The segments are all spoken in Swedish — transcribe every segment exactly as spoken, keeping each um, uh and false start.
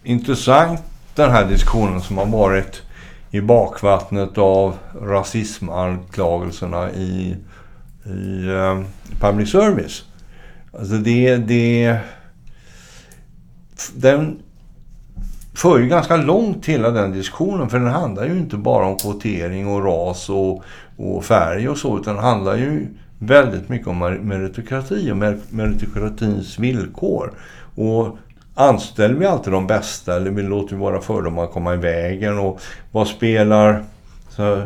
intressant den här diskussionen som har varit i bakvattnet av rasismanklagelserna i, i uh, public service. Alltså det, det den för ju ganska långt till den diskussionen, för den handlar ju inte bara om kvotering och ras och, och färg och så, utan den handlar ju väldigt mycket om meritokrati och meritokratins villkor. Och anställer vi alltid de bästa, eller vi låter våra fördomar komma i vägen, och vad spelar så,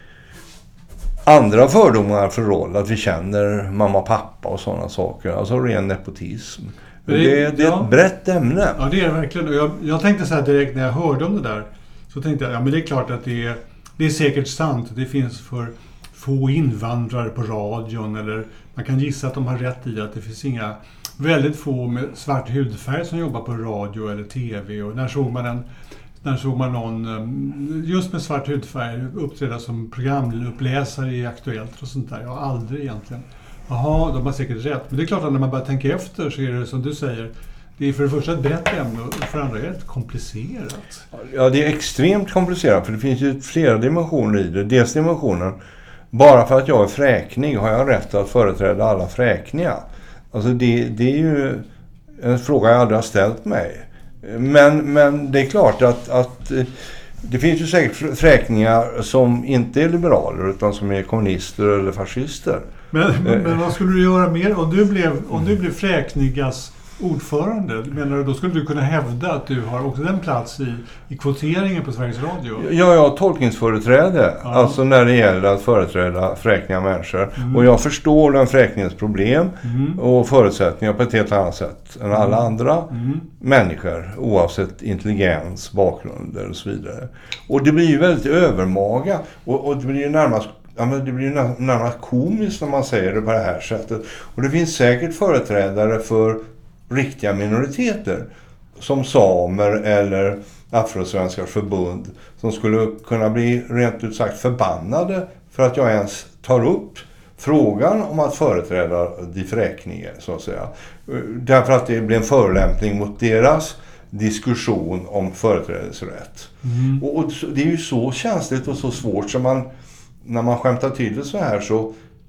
andra fördomar för roll? Att vi känner mamma och pappa och sådana saker, alltså ren nepotism. Det, det, det är ja. ett brett ämne. Ja, det är det verkligen. Och jag, jag tänkte så här direkt när jag hörde om det där, så tänkte jag, ja men det är klart att det är, det är säkert sant. Det finns för få invandrare på radion, eller man kan gissa att de har rätt i att det finns inga, väldigt få med svart hudfärg som jobbar på radio eller tv. Och när såg man en När såg man någon just med svart hudfärg uppträda som programuppläsare i Aktuellt och sånt där? Jag har aldrig egentligen. Jaha, de har säkert rätt. Men det är klart att när man bara tänker efter så är det som du säger, det är för det första ett brett ämne och för det andra är det komplicerat. Ja, det är extremt komplicerat, för det finns ju flera dimensioner i det. Dels dimensionen, bara för att jag är fräknig har jag rätt att företräda alla fräkniga. Alltså det, det är ju en fråga jag aldrig har ställt mig. Men, men det är klart att, att det finns ju säkert fräkningar som inte är liberaler utan som är kommunister eller fascister. Men, men, men vad skulle du göra mer om du blev, om du blev fräknigas ordförande? Menar du, då skulle du kunna hävda att du har också den plats i, i kvoteringen på Sveriges Radio? Ja, jag har tolkningsföreträde. Ja. Alltså när det gäller att företräda fräkniga människor. Mm. Och jag förstår den fräkningens problem mm. och förutsättningar på ett helt annat sätt än alla mm. andra mm. människor. Oavsett intelligens, bakgrund och så vidare. Och det blir ju väldigt övermaga. Och, och det blir ju närmast Ja, men det blir ju närmast komiskt när man säger det på det här sättet. Och det finns säkert företrädare för riktiga minoriteter som samer eller Afrosvenskars förbund som skulle kunna bli rent ut sagt förbannade för att jag ens tar upp frågan om att företräda de fräkningar, så att säga. Därför att det blir en förolämpning mot deras diskussion om företrädesrätt. Mm. Och, och det är ju så känsligt och så svårt som man, när man skämtar till det så här, så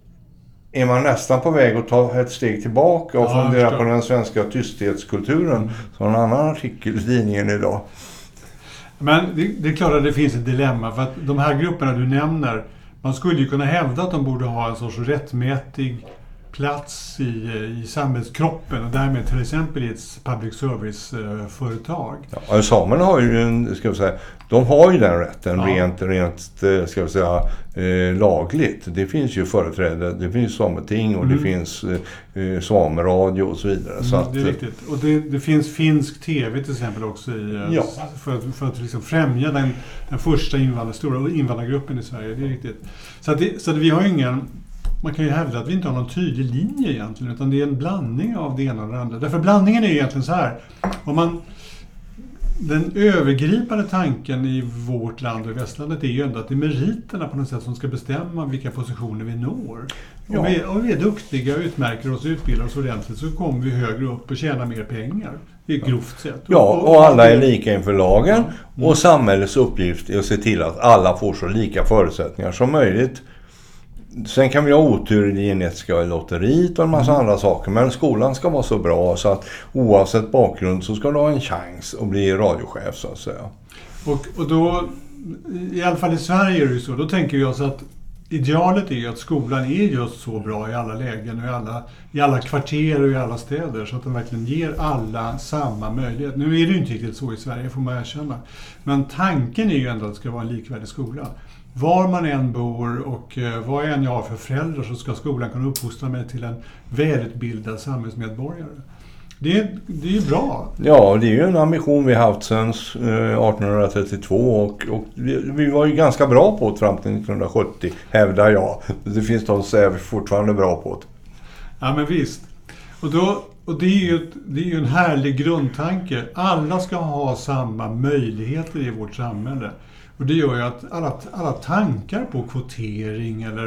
är man nästan på väg att ta ett steg tillbaka och ja, fundera på den svenska tysthetskulturen. Mm. Så en annan artikel i tidningen idag. Men det, det är klart att det finns ett dilemma, för att de här grupperna du nämner, man skulle ju kunna hävda att de borde ha en sorts rättmätig plats i, i samhällskroppen och därmed till exempel i ett public service-företag. Ja, samerna har ju en, ska vi säga, de har ju den rätten ja. rent, rent ska vi säga, eh, lagligt. Det finns ju företräde, det finns sameting och mm. det finns eh, sameradio och så vidare. Mm, så att, det är riktigt. Och det, det finns finsk tv till exempel också i, ja. för, för att liksom främja den, den första invandrar, stora invandrargruppen i Sverige. Det är riktigt. Så, att det, så att vi har ju ingen... Man kan ju hävda att vi inte har någon tydlig linje egentligen, utan det är en blandning av det ena och det andra. Därför blandningen är egentligen så här. Om man, den övergripande tanken i vårt land och i västlandet är ju ändå att det är meriterna på något sätt som ska bestämma vilka positioner vi når. Ja. Och, vi, och vi är duktiga och utmärker oss och utbildar oss ordentligt, så kommer vi högre upp och tjänar mer pengar. Det är grovt sett. Ja, och alla är lika inför lagen. Mm. Och samhällets uppgift är att se till att alla får så lika förutsättningar som möjligt. Sen kan vi ha otur i det genetiska lotteriet och en massa mm. andra saker. Men skolan ska vara så bra så att oavsett bakgrund så ska du ha en chans att bli radiochef, så att säga. Och, och då, i alla fall i Sverige är det ju så, då tänker jag så att idealet är att skolan är just så bra i alla lägen och i alla, i alla kvarter och i alla städer, så att den verkligen ger alla samma möjlighet. Nu är det ju inte riktigt så i Sverige, får man erkänna. Men tanken är ju ändå att det ska vara en likvärdig skola. Var man än bor och vad än jag har för föräldrar, så ska skolan kunna uppfostra mig till en välutbildad samhällsmedborgare. Det är, det är ju bra. Ja, det är ju en ambition vi har haft sedan arton trettiotvå och, och vi, vi var ju ganska bra på det fram till nittonhundrasjuttio, hävdar jag. Det finns de som säger vi fortfarande bra på det. Ja, men visst. Och, då, och det, är ju ett, det är ju en härlig grundtanke. Alla ska ha samma möjligheter i vårt samhälle. Och det gör ju att alla, alla tankar på kvotering eller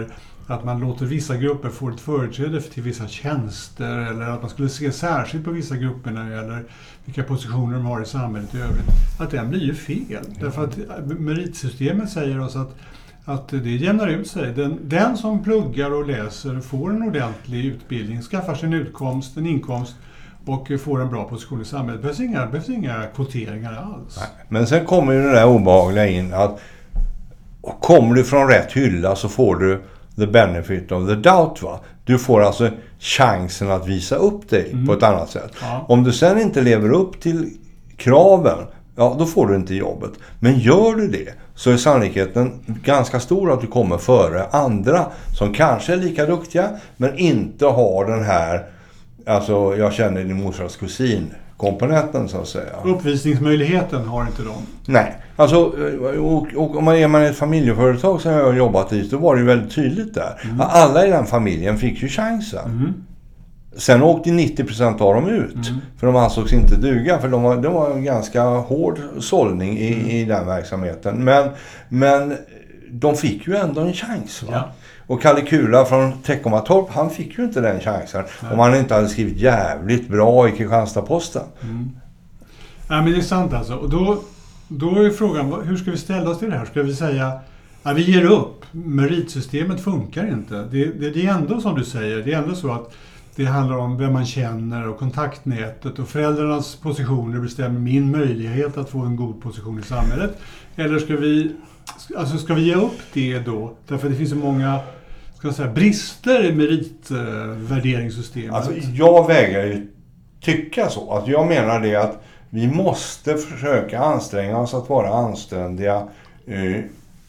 att man låter vissa grupper få ett företräde till vissa tjänster eller att man skulle se särskilt på vissa grupper när det gäller vilka positioner de har i samhället i övrigt, att den blir ju fel. Mm. Därför att meritsystemet säger oss att, att det jämnar ut sig. Den, den som pluggar och läser får en ordentlig utbildning, skaffar sig en utkomst, en inkomst och får en bra position i samhället. Det behövs inga, behövs inga kvoteringar alls. Nej. Men sen kommer ju det där obehagliga in att kommer du från rätt hylla så får du the benefit of the doubt, va? Du får alltså chansen att visa upp dig mm. på ett annat sätt. Ja. Om du sen inte lever upp till kraven, ja, då får du inte jobbet. Men gör du det så är sannolikheten ganska stor att du kommer före andra som kanske är lika duktiga men inte har den här, alltså jag känner din morsas kusin komponenten så att säga. Uppvisningsmöjligheten har inte de. Nej, alltså och, och om man är man ett familjeföretag som jag har jobbat i, då var det ju väldigt tydligt där. Mm. Alla i den familjen fick ju chansen. Mm. Sen åkte nittio procent av dem ut. Mm. För de ansågs inte duga. För de var, det var en ganska hård sållning i, mm. i den verksamheten. Men, men de fick ju ändå en chans, va? Ja. Och Kalle Kula från Teckomatorp, han fick ju inte den chansen. Nej. Om han inte hade skrivit jävligt bra i Kristianstad-Posten. Mm. Ja, men det är sant alltså. Och då, då är frågan, hur ska vi ställa oss till det här? Ska vi säga, ja, vi ger upp. Meritsystemet funkar inte. Det, det, det är ändå som du säger, det är ändå så att det handlar om vem man känner och kontaktnätet och föräldrarnas positioner bestämmer min möjlighet att få en god position i samhället. Eller ska vi, alltså ska vi ge upp det då? Därför det finns så många, ska jag säga, brister i meritvärderingssystemet. Alltså jag vägrar ju tycka så. Alltså jag menar det att vi måste försöka anstränga oss att vara anständiga eh,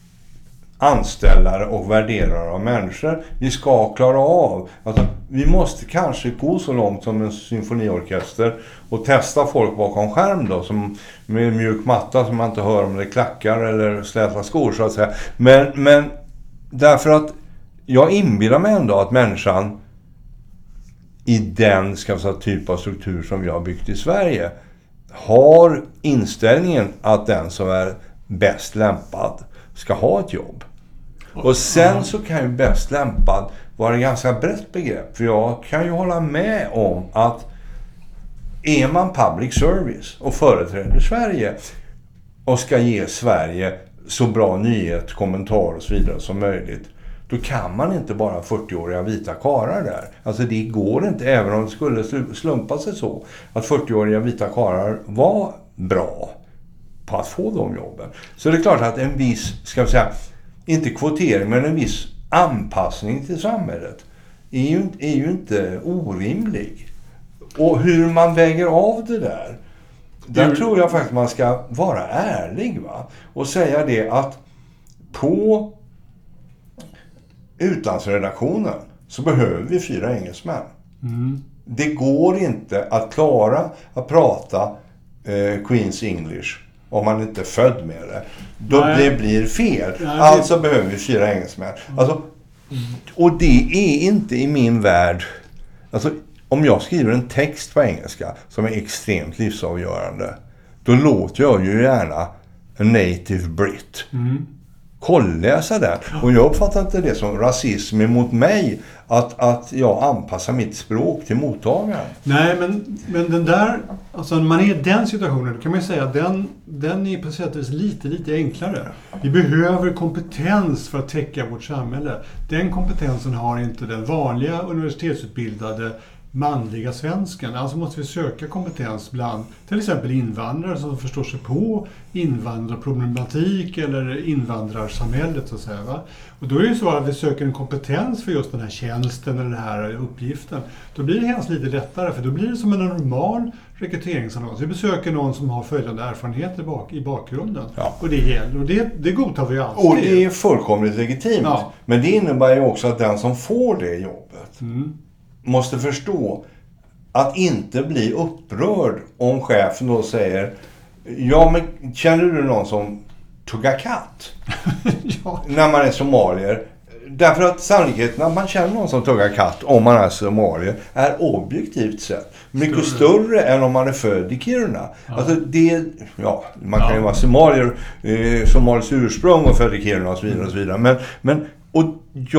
anställare och värderare av människor. Vi ska klara av. Alltså, vi måste kanske gå så långt som en symfoniorkester och testa folk bakom skärm då, som med mjuk matta som man inte hör om det klackar eller släta skor så att säga. Men, men därför att jag inbillar mig ändå att människan i den ska säga, typ av struktur som vi har byggt i Sverige har inställningen att den som är bäst lämpad ska ha ett jobb. Och sen så kan ju bäst lämpad vara ett ganska brett begrepp. För jag kan ju hålla med om att är man public service och företräder Sverige och ska ge Sverige så bra nyhet, kommentarer och så vidare som möjligt, då kan man inte bara fyrtioåriga vita karar där. Alltså det går inte, även om det skulle slumpa sig så att fyrtioåriga vita karar var bra på att få de jobben. Så det är klart att en viss, ska vi säga, inte kvotering men en viss anpassning till samhället är ju, är ju inte orimlig. Och hur man väger av det där, där mm. tror jag faktiskt man ska vara ärlig, va? Och säga det att på utlandsredaktionen så behöver vi fyra engelsmän. Mm. Det går inte att klara att prata eh, Queen's English om man inte är född med det. Då det blir fel. Nej, alltså det... behöver vi fyra engelsmän. Alltså, och det är inte i min värld. Alltså, om jag skriver en text på engelska som är extremt livsavgörande, då låter jag ju gärna en native Brit. Mm. Kollläsa den. Och jag uppfattar inte det som rasism emot mig att, att jag anpassar mitt språk till mottagaren. Nej, men, men den där, alltså när man är i den situationen, då kan man ju säga att den, den är på sätt och vis lite, lite enklare. Vi behöver kompetens för att täcka vårt samhälle. Den kompetensen har inte den vanliga universitetsutbildade manliga svensken. Alltså måste vi söka kompetens bland till exempel invandrare som förstår sig på invandrarproblematik eller invandrarsamhället så att säga, va? Och då är det ju så att vi söker en kompetens för just den här tjänsten eller den här uppgiften. Då blir det helt lite lättare, för då blir det som en normal rekryteringsannons. Vi besöker någon som har följande erfarenheter bak, i bakgrunden. Ja. Och det gäller, och det, det godtar vi alltid. Och det är fullkomligt legitimt. Ja. Men det innebär ju också att den som får det jobbet mm. måste förstå att inte bli upprörd om chefen då säger, ja men känner du någon som tuggar katt? Ja. När man är somalier. Därför att sannolikheten att man känner någon som tuggar katt om man är somalier är objektivt sett mycket större, större än om man är född i Kiruna. Ja. Alltså det, ja, man kan ja. ju vara somalier, eh, somalisk ursprung och född i Kiruna och så vidare och så vidare. Men, men och ja,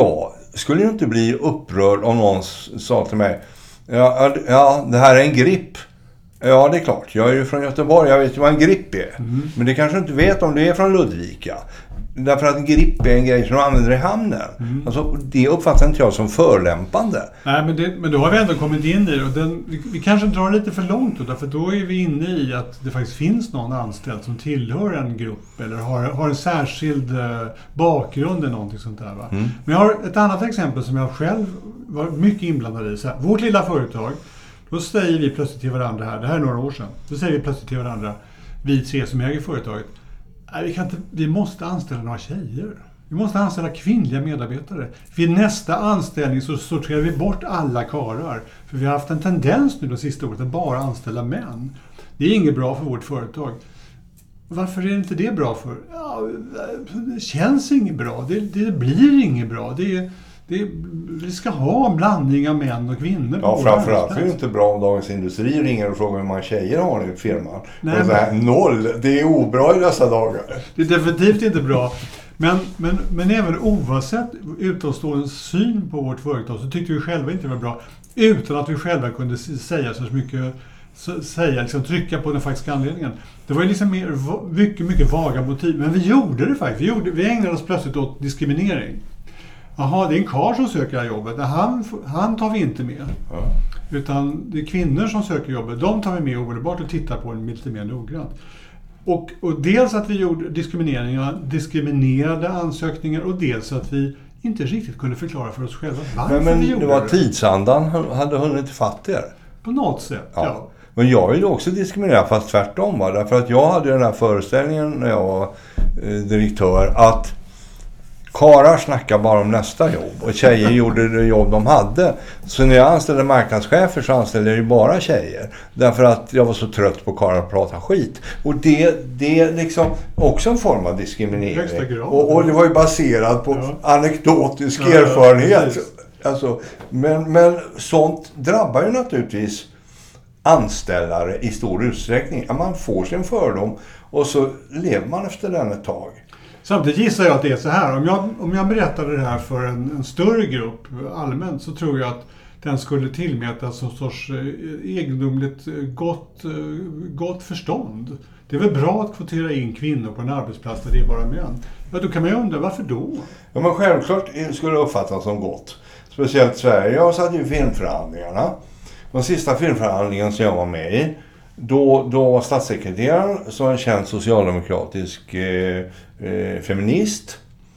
skulle ju inte bli upprörd om någon sa till mig, ja, ja det här är en gripp. Ja, det är klart. Jag är ju från Göteborg, jag vet ju vad en gripp är. Mm. Men det kanske inte vet om det är från Ludvika. Därför att en gripp är en grej som de använder i hamnen. Mm. Alltså, det uppfattar inte jag som förlämpande. Nej, men, det, men då har vi ändå kommit in i det. Och den, vi, vi kanske drar lite för långt då, därför då är vi inne i att det faktiskt finns någon anställd som tillhör en grupp eller har, har en särskild eh, bakgrund eller någonting sånt där. Va? Mm. Men jag har ett annat exempel som jag själv var mycket inblandad i. Så här, vårt lilla företag, då säger vi plötsligt till varandra här, det här är några år sedan, då säger vi plötsligt till varandra, vi tre som äger företaget, nej, vi, kan inte, vi måste anställa några tjejer. Vi måste anställa kvinnliga medarbetare. Vid nästa anställning så sorterar vi bort alla karar. För vi har haft en tendens nu de sista året att bara anställa män. Det är inget bra för vårt företag. Varför är inte det bra för? Ja, det känns inget bra. Det, det blir inget bra. Det är... Det, vi ska ha en blandning av män och kvinnor. Ja, framförallt är det inte bra om Dagens Industri ringer och frågar hur många tjejer har i firman. Nej, och så här, men... noll. Det är obra i dessa dagar. Det är definitivt inte bra. Men, men, men även oavsett utomstående syn på vårt företag så tyckte vi själva inte det var bra. Utan att vi själva kunde säga så mycket, så, säga, liksom, trycka på den faktiska anledningen. Det var ju liksom mer, mycket, mycket vaga motiv. Men vi gjorde det faktiskt. Vi, gjorde, vi ägnade oss plötsligt åt diskriminering. Jaha, det är en karl som söker det här jobbet. Han, han tar vi inte med. Ja. Utan det är kvinnor som söker jobbet. De tar vi med omedelbart och tittar på den lite mer noggrant. Och, och dels att vi gjorde diskrimineringar, diskriminerade ansökningar och dels att vi inte riktigt kunde förklara för oss själva varför men, men vi gjorde det. var det. Tidsandan hade hunnit fatt er. På något sätt, ja. ja. Men jag är ju också diskriminerad fast tvärtom. Va? Därför att jag hade den här föreställningen när jag var eh, direktör att karar snackar bara om nästa jobb och tjejer gjorde det jobb de hade. Så när jag anställde marknadschefer så anställde jag ju bara tjejer. Därför att jag var så trött på karar att prata skit. Och det, det är liksom också en form av diskriminering. Och, och det var ju baserat på ja. anekdotisk ja, erfarenhet. Ja, alltså, men, men sånt drabbar ju naturligtvis anställare i stor utsträckning. Man får sin fördom och så lever man efter den ett tag. Samtidigt gissar jag att det är så här. Om jag, om jag berättade det här för en, en större grupp allmänt så tror jag att den skulle tillmätas som sorts egendomligt gott, gott förstånd. Det är väl bra att kvotera in kvinnor på en arbetsplats där det är bara män. Ja, då kan man ju undra, varför då? Ja, men självklart skulle det uppfattas som gott. Speciellt Sverige. Jag satt ju i filmförhandlingarna. De sista filmförhandlingen som jag var med i, Då, då var statssekreteraren som en känd socialdemokratisk eh, eh, feminist.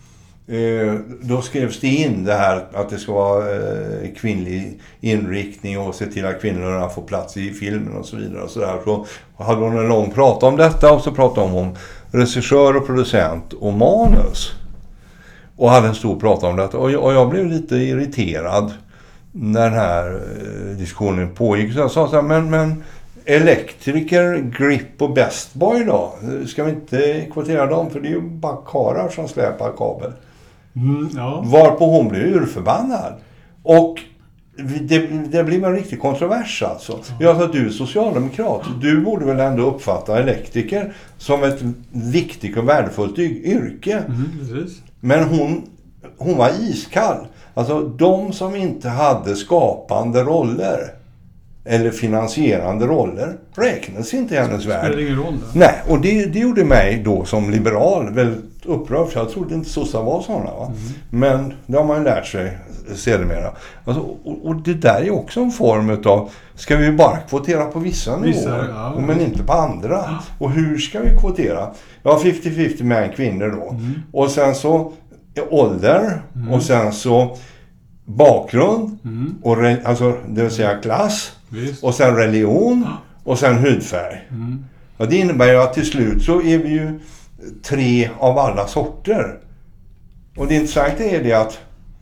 Eh, då skrevs det in det här att det ska vara eh, kvinnlig inriktning och se till att kvinnorna får plats i filmen och så vidare. Och så, där. Så hade hon en lång prat om detta och så pratade hon om regissör och producent och manus. Och hade en stor prat om detta. Och jag, och jag blev lite irriterad när den här eh, diskussionen pågick. Så jag sa så här, men... men elektriker, grip och best boy då? Ska vi inte kvotera dem? För det är ju bara karar som släpar kabel. Mm, ja. Varpå hon blir urförbannad. Och det, det blir en riktig kontrovers alltså. Ja. Jag sa att du är socialdemokrat. Du borde väl ändå uppfatta elektriker som ett viktigt och värdefullt yrke. Mm, precis. Men hon, hon var iskall. Alltså de som inte hade skapande roller eller finansierande roller räknas inte i hennes värld. Spelar ingen roll då. Nej, och det, det gjorde mig då som liberal väldigt upprörd, för jag trodde inte sossar var sådana. Va? Mm. Men det har man ju lärt sig sedermera. Alltså, och, och det där är också en form av, ska vi bara kvotera på vissa nivåer, ja, men inte på andra. Ja. Och hur ska vi kvotera? Ja, femtio femtio män kvinnor då. Mm. Och sen så ålder, mm. och sen så bakgrund, mm. och re, alltså det vill säga klass. Visst. Och sen religion och sen hudfärg. Mm. Och det innebär ju att till slut så är vi ju tre av alla sorter. Och det intressanta är det att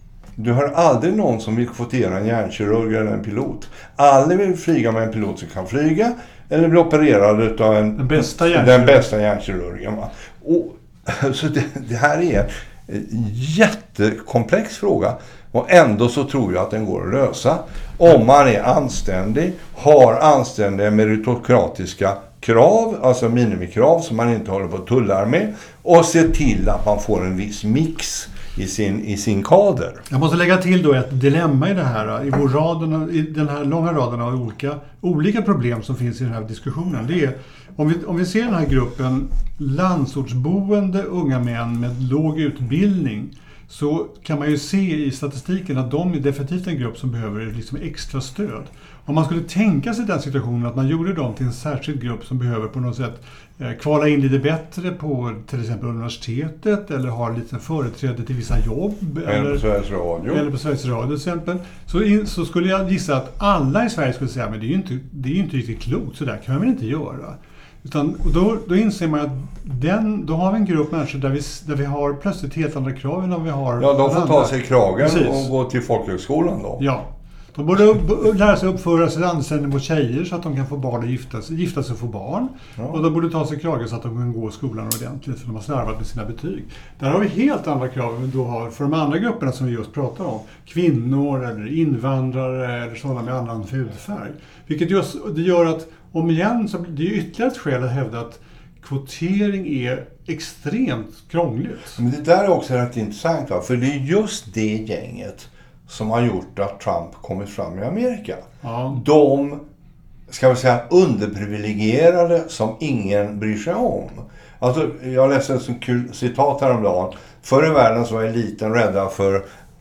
du har aldrig någon som vill kvotera en hjärnkirurg eller en pilot. Alla vill flyga med en pilot som kan flyga eller bli opererad av en, den bästa hjärnkirurgen. Den bästa hjärnkirurgen. Va? Och, så det, det här är en jättekomplex fråga. Och ändå så tror jag att den går att lösa. Om man är anständig, har anständiga meritokratiska krav, alltså minimikrav som man inte håller på att tullar med, och ser till att man får en viss mix i, sin, i sin kader. Jag måste lägga till då ett dilemma i det här, i, vår raden, i den här långa raden av olika, olika problem som finns i den här diskussionen. Det är, om vi, om vi ser den här gruppen landsortsboende unga män med låg utbildning, så kan man ju se i statistiken att de är definitivt en grupp som behöver liksom extra stöd. Om man skulle tänka sig den situationen att man gjorde dem till en särskild grupp som behöver på något sätt kvala in lite bättre på till exempel universitetet eller ha lite företräde till vissa jobb. Eller, eller på Sveriges Radio. Eller på Sveriges Radio till exempel. Så, in, så skulle jag gissa att alla i Sverige skulle säga men det är ju inte, det är ju inte riktigt klokt, så där kan man väl inte göra. Utan då, då inser man att den, då har vi en grupp människor där vi, där vi har plötsligt helt andra krav än vad vi har. Ja, de får ta sig i kragen. Precis. Och gå till folkhögskolan då. Ja. De borde upp, lära sig uppföra sig anständigt mot tjejer så att de kan få barn och gifta sig, gifta sig och få barn. Ja. Och de borde ta sig kragen så att de kan gå i skolan ordentligt för de har slarvat med sina betyg. Där har vi helt andra krav än vi då har för de andra grupperna som vi just pratar om. Kvinnor eller invandrare eller sådana med annan hudfärg. Vilket just, det gör att om igen så det är ytterligare ett skäl att hävda att kvotering är extremt krångligt. Men det där är också rätt intressant, va? För det är just det gänget som har gjort att Trump kommit fram i Amerika. Ja. De, ska vi säga, underprivilegierade som ingen bryr sig om. Alltså, jag läste ett så kul citat häromdagen. Förr i världen så var eliten rädda för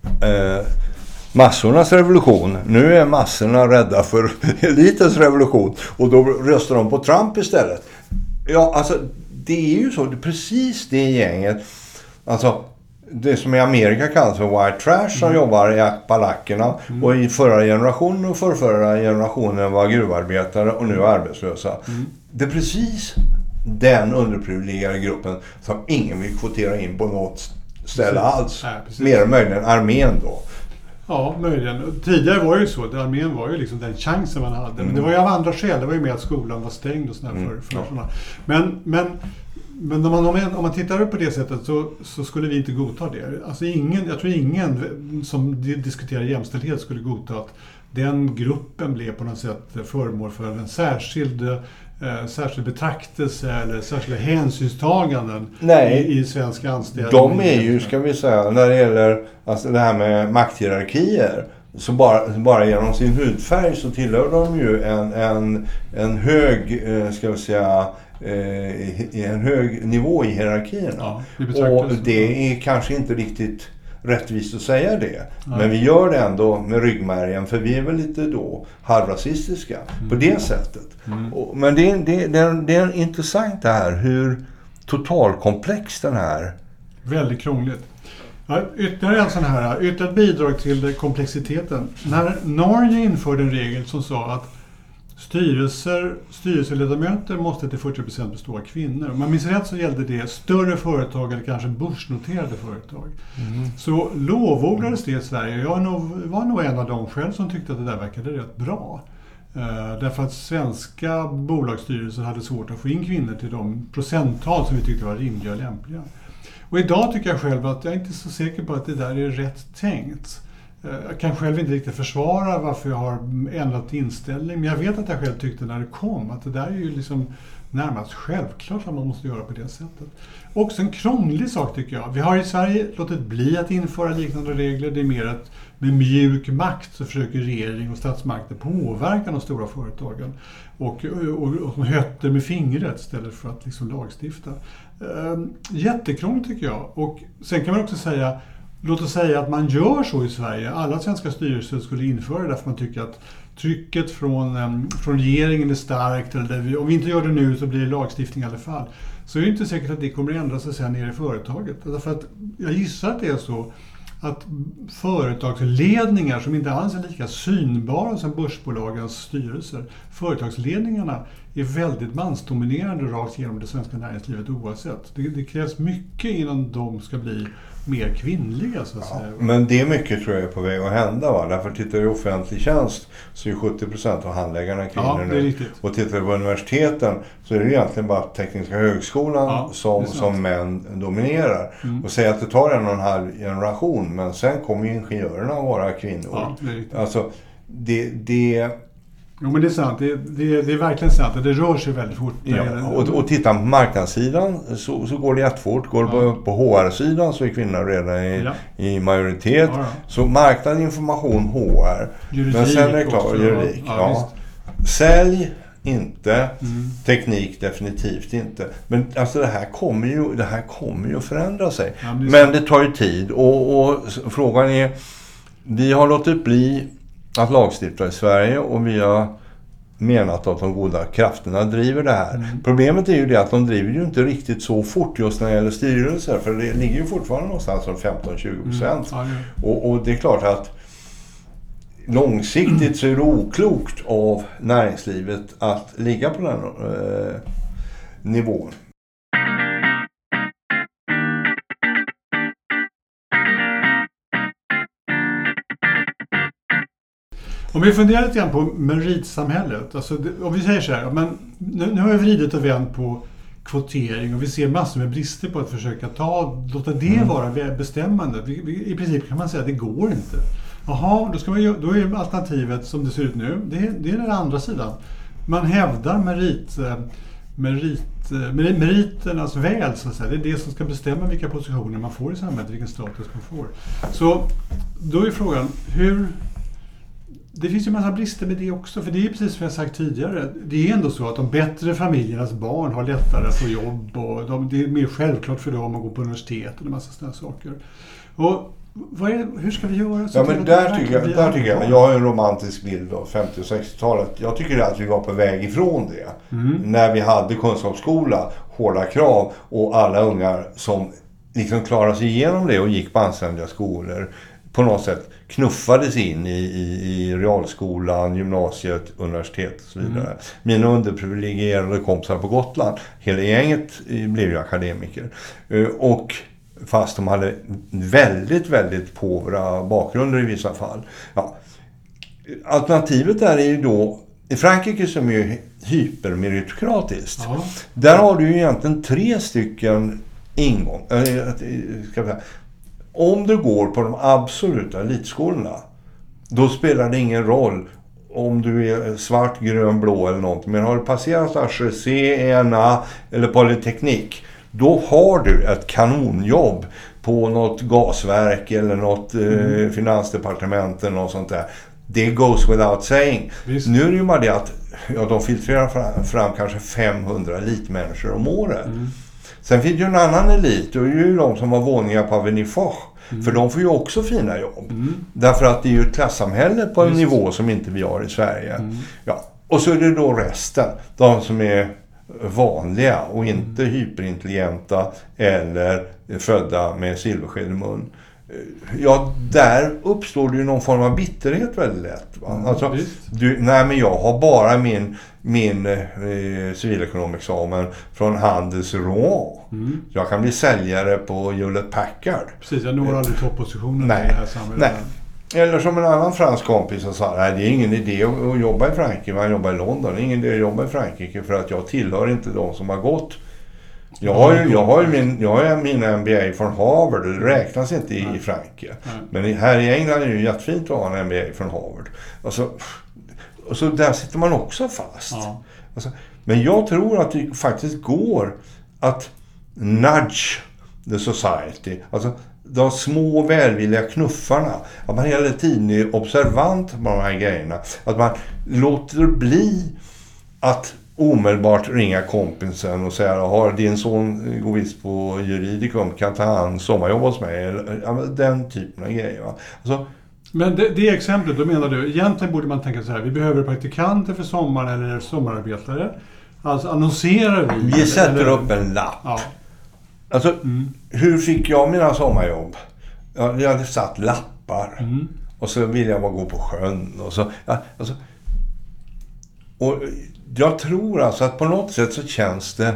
eh, massornas revolution. Nu är massorna rädda för elitens revolution. Och då röstar de på Trump istället. Ja, alltså, det är ju så. Det är precis det gänget. Alltså, det som i Amerika kallas för white trash som mm. jobbar i Appalackerna mm. och i förra generationen och förra generationen var gruvarbetare och nu är arbetslösa. Mm. Det är precis den underprivilegierade gruppen som ingen vill kvotera in på något ställe alls. Ja, mer än möjligen armén då. Ja, möjligen. Tidigare var det ju så. Armén var ju liksom den chansen man hade. Mm. Men det var ju av andra skäl. Det var ju med att skolan var stängd och sådär mm. för, för ja. sådana. Men... men Men om man, om man tittar på det sättet så, så skulle vi inte godta det. Alltså ingen, jag tror ingen som diskuterar jämställdhet skulle godta att den gruppen blev på något sätt föremål för en särskild, eh, särskild betraktelse eller särskilda hänsynstaganden i, i svenska anställningar. De är ju, ska vi säga, när det gäller alltså det här med makthierarkier, så bara, bara genom sin hudfärg så tillhör de ju en, en, en hög, eh, ska vi säga, i en hög nivå i hierarkierna. Ja, och det är kanske inte riktigt rättvist att säga det. Ja. Men vi gör det ändå med ryggmärgen, för vi är väl lite då halvrasistiska mm. på det sättet. Mm. Och, men det, det, det, är, det är intressant det här hur totalkomplex den här. Väldigt krångligt. Ja, ytterligare en sån här, ytterligare bidrag till komplexiteten. När Norge införde en regel som sa att Styrelser, styrelseledamöter måste till fyrtio procent bestå av kvinnor. Om man minns rätt så gällde det större företag eller kanske börsnoterade företag. Mm. Så lovordades det i Sverige. Jag nog, var nog en av dem själv som tyckte att det där verkade rätt bra. Uh, därför att svenska bolagsstyrelser hade svårt att få in kvinnor till de procenttal som vi tyckte var rimliga och lämpliga. Och idag tycker jag själv att jag är inte så säker på att det där är rätt tänkt. Jag kan själv inte riktigt försvara varför jag har ändrat inställning. Men jag vet att jag själv tyckte när det kom att det där är ju liksom närmast självklart att man måste göra på det sättet. Också en krånglig sak tycker jag. Vi har i Sverige låtit bli att införa liknande regler. Det är mer att med mjuk makt så försöker regering och statsmakter påverka de stora företagen. Och, och, och hötter med fingret istället för att liksom lagstifta. Ehm, jättekrångligt tycker jag. Och sen kan man också säga, låt oss säga att man gör så i Sverige. Alla svenska styrelser skulle införa det därför man tycker att trycket från, um, från regeringen är starkt. Eller vi, om vi inte gör det nu så blir det lagstiftning i alla fall. Så är det inte säkert att det kommer att ändra sig sen nere i företaget. Därför att jag gissar att det är så att företagsledningar som inte alls är lika synbara som börsbolagens styrelser, företagsledningarna är väldigt mansdominerande rakt genom det svenska näringslivet oavsett. Det, det krävs mycket innan de ska bli mer kvinnliga så att ja, säga. Men det är mycket tror jag är på väg att hända, va? Därför tittar du i offentlig tjänst så är sjuttio procent av handläggarna kvinnor ja, det är nu. Och tittar du på universiteten så är det egentligen bara Tekniska högskolan ja, som, som män dominerar. Mm. Och säga att det tar en och en halv generation, men sen kommer ju ingenjörerna att vara kvinnor. Ja, det är riktigt. Alltså, det, det, Jo, men det är sant. Det, det, det är verkligen sant. Det rör sig väldigt fort. Ja, och, och titta på marknadssidan så, så går det jättefort. Går det ja. på, på H R-sidan så är kvinnor redan i, ja. i majoritet. Ja, ja. Så marknad, information, H R. Juridik. Men sen är det klart, juridik. Ja, ja. Sälj inte, mm. teknik definitivt inte. Men alltså det här kommer ju, det här kommer ju att förändra sig. Ja, men, det men det tar ju tid. Och, och frågan är, vi har låtit bli att lagstifta i Sverige och vi har menat att de goda krafterna driver det här. Mm. Problemet är ju det att de driver ju inte riktigt så fort just när det gäller styrelser, för det ligger ju fortfarande någonstans om femton till tjugo procent. Mm. Ja, ja. och, och det är klart att långsiktigt så är det oklokt av näringslivet att ligga på den eh, nivån. Om vi funderar lite grann på meritsamhället, alltså det, om vi säger så här, men nu, nu har jag vridit och vänt på kvotering och vi ser massor med brister på att försöka ta, låta det mm. vara bestämmande. Vi, vi, I princip kan man säga att det går inte. Jaha, då, ska man, då är alternativet som det ser ut nu, det, det är den andra sidan. Man hävdar merit, merit, merit, meriternas väl, så att säga. Det är det som ska bestämma vilka positioner man får i samhället, vilken status man får. Så då är frågan, hur... Det finns ju en massa brister med det också, för det är precis som jag sagt tidigare. Det är ändå så att de bättre familjernas barn har lättare att få jobb och de, det är mer självklart för dem att gå på universitet och en massa sådana saker. Och vad är, hur ska vi göra? Så ja, men där tycker, jag, där tycker jag, jag har en romantisk bild av femtio- och sextiotalet. Jag tycker att vi var på väg ifrån det. Mm. När vi hade kunskapsskola, hårda krav och alla ungar som liksom klarade sig igenom det och gick på anständiga skolor på något sätt knuffades in i, i, i realskolan, gymnasiet, universitet och så vidare. Mm. Mina underprivilegierade kompisar på Gotland, hela gänget blev ju akademiker. Och fast de hade väldigt, väldigt påvra bakgrunder i vissa fall. Ja. Alternativet där är ju då, i Frankrike som är ju hypermeritokratiskt, ja. Där har du ju egentligen tre stycken ingång, äh, ska jag säga. Om du går på de absoluta elitskolorna, då spelar det ingen roll om du är svart, grön, blå eller någonting. Men har du passerat H E C, E N A eller Polyteknik, då har du ett kanonjobb på något gasverk eller något mm. eh, finansdepartement eller något sånt där. Det goes without saying. Visst. Nu är det ju bara det att ja, de filtrerar fram, fram kanske femhundra elitmänniskor om året. Mm. Sen finns det ju en annan elit och det är ju de som har våningar på Avenue Foch. Mm. För de får ju också fina jobb. Mm. Därför att det är ju ett klassamhälle på en Just. nivå som inte vi har i Sverige. Mm. Ja. Och så är det då resten. De som är vanliga och inte mm. hyperintelligenta eller födda med silversked i mun. Ja, där uppstår det ju någon form av bitterhet väldigt lätt. Va? Mm, alltså, du, nej men jag har bara min, min eh, civilekonomexamen från Handels Rouen. Mm. Jag kan bli säljare på Hewlett Packard. Precis, jag når aldrig toppositionen i det här samhället. Nej. Eller som en annan fransk kompis som sa, nej det är ingen idé att jobba i Frankrike, man jobbar i London. Det är ingen idé att jobba i Frankrike för att jag tillhör inte de som har gått. Jag har ju, jag har ju min, jag har min M B A från Harvard, det räknas inte i, i Frankrike. Men här i England är det ju jättefint att ha en M B A från Harvard. Alltså, och så där sitter man också fast. Ja. Alltså, men jag tror att det faktiskt går att nudge the society. Alltså de små välvilliga knuffarna. Att man hela tiden är observant på de här grejerna. Att man låter bli att omedelbart ringa kompisen och säga har din son går visst på juridikum, kan ta hand sommarjobb hos mig eller, ja, den typen av grejer. Va? Alltså, men det, det exemplet, då menar du, egentligen borde man tänka så här, vi behöver praktikanter för sommaren eller sommararbetare. Alltså annonserar vi. Vi eller, sätter eller, upp en lapp. Ja. Alltså, mm. hur fick jag mina sommarjobb? Jag hade satt lappar. Mm. Och så ville jag bara gå på sjön. Och så, ja, alltså, och jag tror alltså att på något sätt så känns det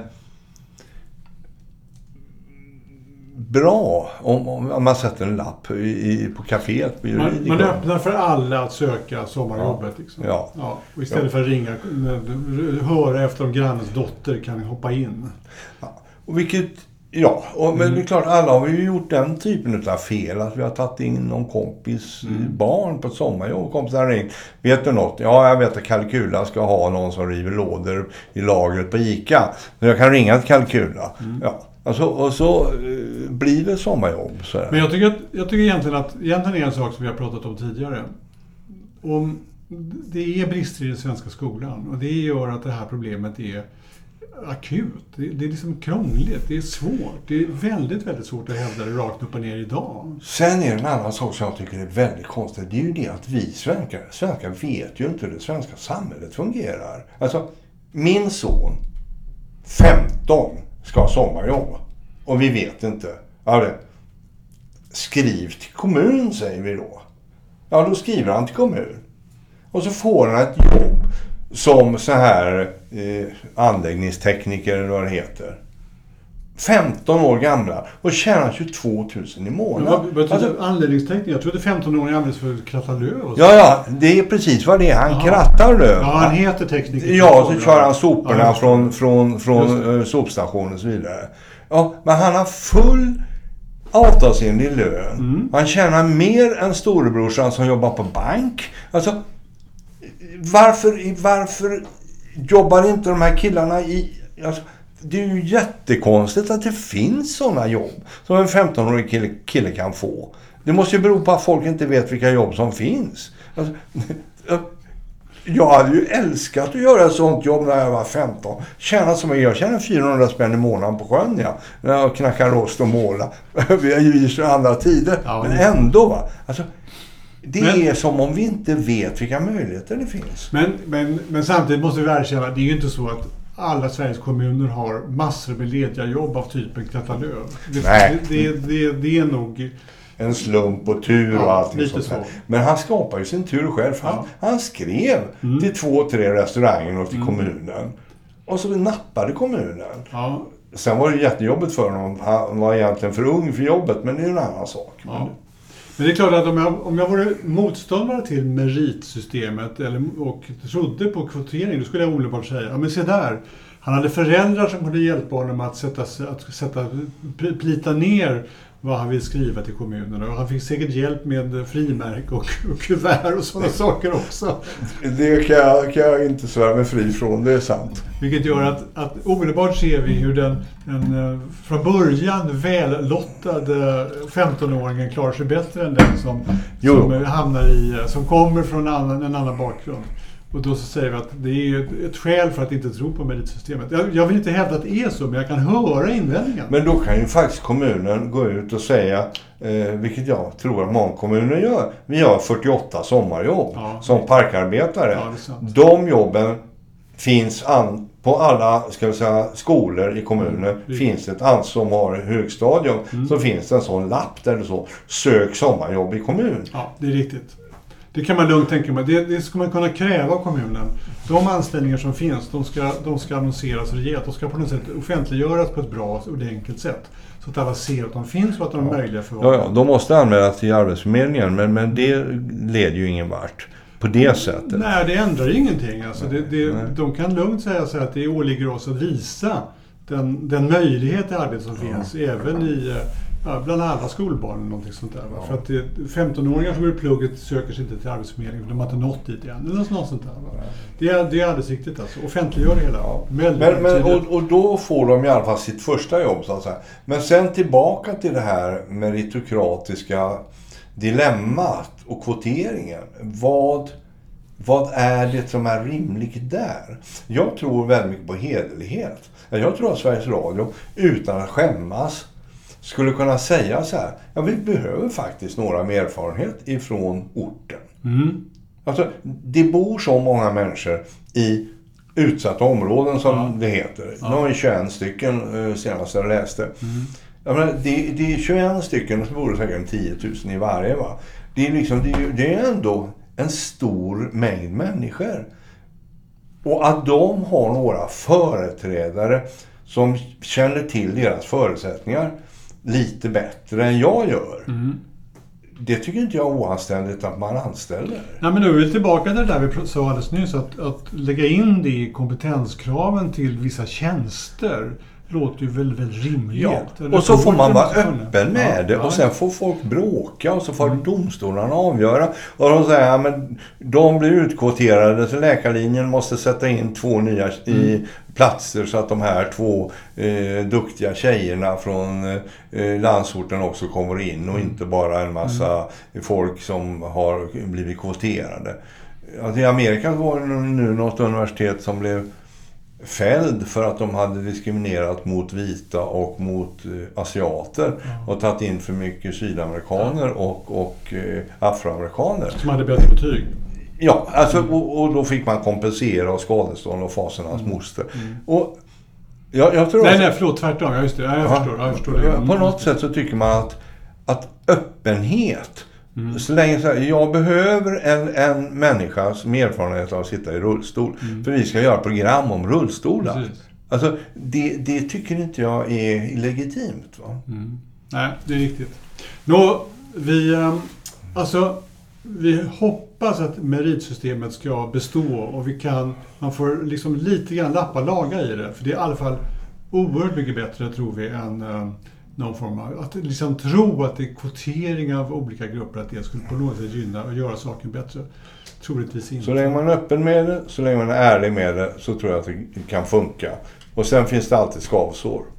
bra om, om man sätter en lapp i, i, på kaféet. På man, man öppnar för alla att söka sommarjobbet. Ja. Liksom. Ja. Ja. Och istället ja. för att ringa, höra efter om grannens dotter kan hoppa in. Ja. Och vilket Ja, och, men Mm. det är klart, alla har ju gjort den typen av fel. Att vi har tagit in någon kompis Mm. barn på ett sommarjobb. Kompisen har ringt. Vet du något? Ja, jag vet att Kalkula ska ha någon som river lådor i lagret på ICA. Så jag kan ringa till Kalkula. Mm. Ja. Alltså, och så eh, blir det sommarjobb. Så här. Men jag tycker, att, jag tycker egentligen att egentligen är en sak som vi har pratat om tidigare. Om det är brister i den svenska skolan och det gör att det här problemet är akut. Det, det är liksom krångligt, det är svårt. Det är väldigt, väldigt svårt att hävda det rakt upp och ner idag. Sen är det en annan sak som jag tycker är väldigt konstigt. Det är ju det att vi svenskar, svenskar vet ju inte hur det svenska samhället fungerar. Alltså, min son, femton, ska ha sommarjobb. Och vi vet inte. Ja, det. Skriv till kommun, säger vi då. Ja, då skriver han till kommun. Och så får han ett jobb som så här eh, anläggningstekniker eller vad det heter. femton år gamla och tjänar tjugotvå tusen i månaden. Men vad, Alltså, anledningsteknik, jag trodde femton-åringar används för att kratta löv och så. ja, ja, det är precis vad det är. Han Aha. krattar löv. Ja, han heter tekniker. Ja, så kör han soporna Ja, från, från, från Just det. uh, sopstationen och så vidare. Ja, men han har full avtalsenlig lön. Mm. Han tjänar mer än storebrorsan som jobbar på bank. Alltså, varför, varför jobbar inte de här killarna i... Alltså, det är ju jättekonstigt att det finns sådana jobb som en femton-årig kille, kille kan få. Det måste ju bero på att folk inte vet vilka jobb som finns. Alltså, jag hade ju älskat att göra ett sånt jobb när jag var femton. Tjäna som jag tjänar fyrahundra spänn i månaden på sjön, ja. När jag knackar rost och måla. Vi har ju i andra tider. Ja, men ändå, va. Alltså, det men, är som om vi inte vet vilka möjligheter det finns. Men, men, men samtidigt måste vi erkänna, det är ju inte så att alla Sveriges kommuner har massor med lediga jobb av typen kratta löv. Det, Nej. Det, det, det, det är nog... En slump och tur och Ja, allting lite sånt så. här. Men han skapar ju sin tur själv. Han, Ja. han skrev Mm. till två, tre restauranger och till Mm. kommunen. Och så nappade kommunen. Ja, Sen var det jättejobbigt för honom. Han var egentligen för ung för jobbet, men det är en annan sak. ja. Men det är klart att om jag, om jag vore motståndare till meritsystemet eller, och trodde på kvotering, då skulle jag omedelbart säga, ja men se där, han hade föräldrar som kunde hjälpa honom att sätta, att sätta, plita ner vad han vill skriva till kommunen. Och han fick säkert hjälp med frimärk och, och kuvert och sådana saker också. Det kan jag, kan jag inte svära mig fri från, det är sant. Vilket gör att, att omedelbart ser vi hur den, den från början vällottade femton-åringen klarar sig bättre än den som, som hamnar i, som kommer från en annan, en annan bakgrund. Och då så säger vi att det är ett, ett skäl för att inte tro på meritsystemet. Jag, jag vill inte hävda att det är så, men jag kan höra invändningen. Men då kan ju faktiskt kommunen gå ut och säga, eh, vilket jag tror att många kommuner gör. Vi har fyrtioåtta sommarjobb Ja. som parkarbetare. Ja, det är sant. De jobben finns an, på alla ska vi säga, skolor i kommunen. Mm. Finns ett ansvar som har högstadium. Mm. Så finns det en sån lapp där det så sök sommarjobb i kommun. Ja, det är riktigt. Det kan man lugnt tänka mig. Det, det ska man kunna kräva av kommunen. De anställningar som finns, de ska, de ska annonseras rejält. De ska på något sätt offentliggöras på ett bra och enkelt sätt. Så att alla ser att de finns och att de är möjliga för Ja, ja, de måste anmälas till Arbetsförmedlingen, men, men det leder ju ingen vart på det sättet. Nej, det ändrar ju ingenting. Alltså, det, det, Nej. de kan lugnt säga så att det åligger oss att visa den, den möjlighet till arbete som Ja. finns även i, ja, bland alla skolbarn eller någonting sånt där. Va? Ja. För att det, femton-åringar som är i plugget söker sig inte till Arbetsförmedlingen för de har inte nått dit än. Eller något sånt där. Va? Det, är, det är alldeles riktigt alltså. Offentliggör det hela. Ja. Väldigt Men, men, tydligt. och, och då får de i alla fall sitt första jobb så att säga. Men sen tillbaka till det här meritokratiska dilemmat och kvoteringen. Vad, vad är det som är rimligt där? Jag tror väldigt mycket på hederlighet. Jag tror att Sveriges Radio utan att skämmas skulle kunna säga så här. Ja, vi behöver faktiskt några med erfarenhet ifrån orten. Mm. Alltså, det bor så många människor i utsatta områden som Ja. det heter. Ja. De är tjugoett stycken eh, senast jag läste. Mm. Jag menar, det, det är tjugoett stycken och så bor det säkert tio tusen i varje. Va? Det, är liksom, det, är, det är ändå en stor mängd människor. Och att de har några företrädare som känner till deras förutsättningar lite bättre än jag gör. Mm. Det tycker inte jag är oanständigt att man anställer. Nej, men nu är vi tillbaka till det där vi sa alldeles nyss. Att, att lägga in det i kompetenskraven till vissa tjänster. låter ju väldigt, väldigt rimligt. Ja. Eller Och så får man vara demonstrationer. öppen med Ja, det ja. och sen får folk bråka och så får Mm. domstolarna avgöra. Och de säger ja, men de blir utkvoterade så läkarlinjen måste sätta in två nya i platser så att de här två eh, duktiga tjejerna från eh, landsorten också kommer in och inte bara en massa folk som har blivit kvoterade. Alltså, i Amerika var det nu något universitet som blev fälld för att de hade diskriminerat mot vita och mot eh, asiater Ja. och tagit in för mycket sydamerikaner och, och eh, afroamerikaner. Som hade bättre betyg. Ja, alltså, och, och då fick man kompensera och skadestånd och fasernas mm. moster. Mm. Och jag, jag tror nej, att, nej, förlåt, tvärtom. Ja, just det. Ja, jag, ja, förstår, jag förstår det. Mm. På något sätt så tycker man att, att öppenhet, mm. så länge så här, jag behöver en, en människa som erfarenhet av att sitta i rullstol. Mm. För vi ska göra program om rullstolar. Precis. Alltså, det, det tycker inte jag är legitimt. Va? Mm. Nej, det är riktigt. Nå, vi, alltså, vi hoppas att meritsystemet ska bestå och vi kan, man får liksom lite grann lappa laga i det. För det är i alla fall oerhört mycket bättre, tror vi, än uh, någon form av, att liksom tro att det är kvotering av olika grupper, att det skulle på något sätt gynna och göra saken bättre. Troligtvis inte. Så länge man är öppen med det, så länge man är ärlig med det, så tror jag att det kan funka. Och sen finns det alltid skavsår.